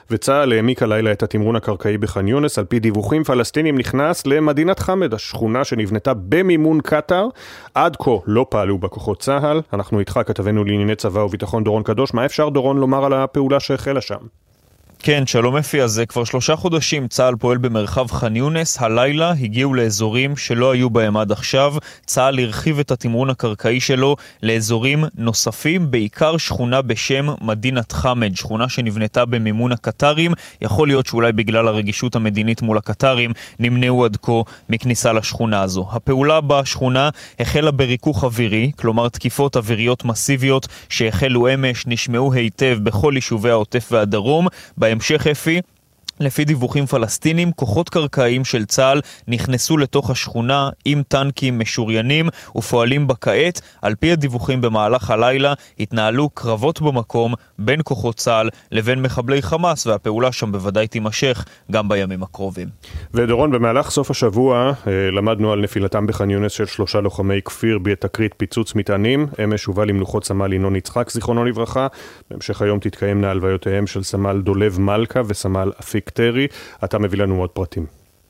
וצה"ל העמיק הלילה את התמרון הקרקעי בח'אן יונס. על פי דיווחים פלסטינים נכנס למדינת חמד, השכונה שנבנתה במימון קטר. עד כה לא פעלו בכוחות צה"ל. אנחנו איתך, כתבנו לענייני צבא וביטחון דורון קדוש. מה אפשר, דורון, לומר על הפעולה שהחלה שם? כן, שלום אפי, אז כבר 3 חודשים צה"ל פועל במרחב ח'אן יונס. הלילה הגיעו לאזורים שלא היו בהם עד עכשיו. צה"ל הרחיב את התמרון הקרקעי שלו לאזורים נוספים, בעיקר שכונה בשם מדינת חמד, שכונה שנבנתה במימון הקטרים. יכול להיות שאולי בגלל הרגישות המדינית מול הקטרים נמנעו עד כה מכניסה לשכונה הזו. הפעולה בשכונה החלה בריכוך אווירי, כלומר תקיפות אוויריות מסיביות שהחלו אמש, נשמעו היטב בכל יישובי העוטף והדרום. בהמשך אפי, לפי דיווחים פלסטינים, כוחות קרקעיים של צה"ל נכנסו לתוך השכונה עם טנקים משוריינים ופועלים בכעת. על פי הדיווחים במהלך הלילה התנהלו קרבות במקום בין כוחות צה"ל לבין מחבלי חמאס, והפעולה שם בוודאי תימשך גם בימים הקרובים. ודורון, במהלך סוף השבוע למדנו על נפילתם בח'אן יונס של 3 לוחמי כפיר בתקרית פיצוץ מטענים. אמש הובא למנוחות סמל ינון יצחק, זיכרונו לברכה. בהמשך היום תתקיימנה הלוויותיהם של סמל דולב מלכה וסמל אפיק טרי. אתה מביא לנו עוד פרטים.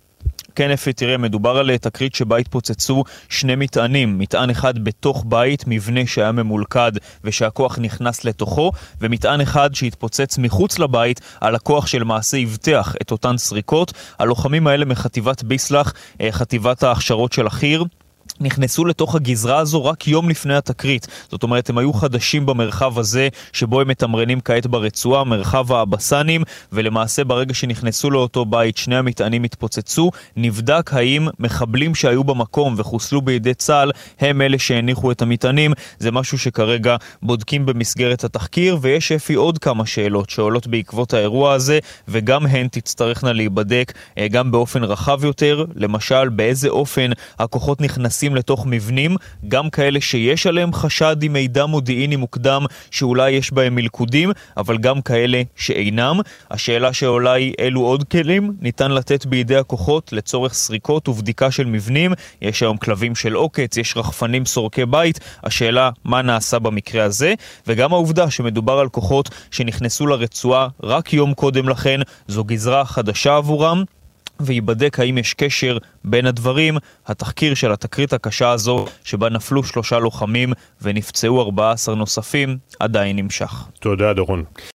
כן אפי, תראה, מדובר על תקרית שבה התפוצצו 2 מטענים, מטען אחד בתוך בית, מבנה שהיה ממולכד ושהכוח נכנס לתוכו, ומטען אחד שהתפוצץ מחוץ לבית, על הכוח של מעשה הבטח את אותן סריקות. הלוחמים האלה מחטיבת ביסלח, חטיבת ההכשרות של החי"ר, נכנסו לתוך הגזרה הזו רק יום לפני התקרית. זאת אומרת, הם היו חדשים במרחב הזה שבו הם מתמרנים כעת ברצועה, מרחב האבסנים, ולמעשה ברגע שנכנסו לאותו בית 2 המטענים התפוצצו. נבדק האם מחבלים שהיו במקום וחוסלו בידי צה"ל הם אלה שהניחו את המטענים. זה משהו שכרגע בודקים במסגרת התחקיר, ויש אפי עוד כמה שאלות שעולות בעקבות האירוע הזה, וגם הן תצטרכנה להיבדק גם באופן רחב יותר. למשל, באיזה אופן הכוחות נכנסים לתוך מבנים, גם כאלה שיש עליהם חשד עם מידע מודיעיני מוקדם שאולי יש בהם מלכודים, אבל גם כאלה שאינם. השאלה שעולה היא אילו עוד כלים ניתן לתת בידי הכוחות לצורך סריקות ובדיקה של מבנים. יש היום כלבים של עוקץ, יש רחפנים סורקי בית. השאלה מה נעשה במקרה הזה, וגם העובדה שמדובר על כוחות שנכנסו לרצועה רק יום קודם לכן, זו גזרה חדשה עבורם, ויבדק האם יש קשר בין הדברים. התחקיר של התקרית הקשה הזו שבה נפלו 3 לוחמים ונפצעו 14 נוספים עדיין נמשך. תודה דורון.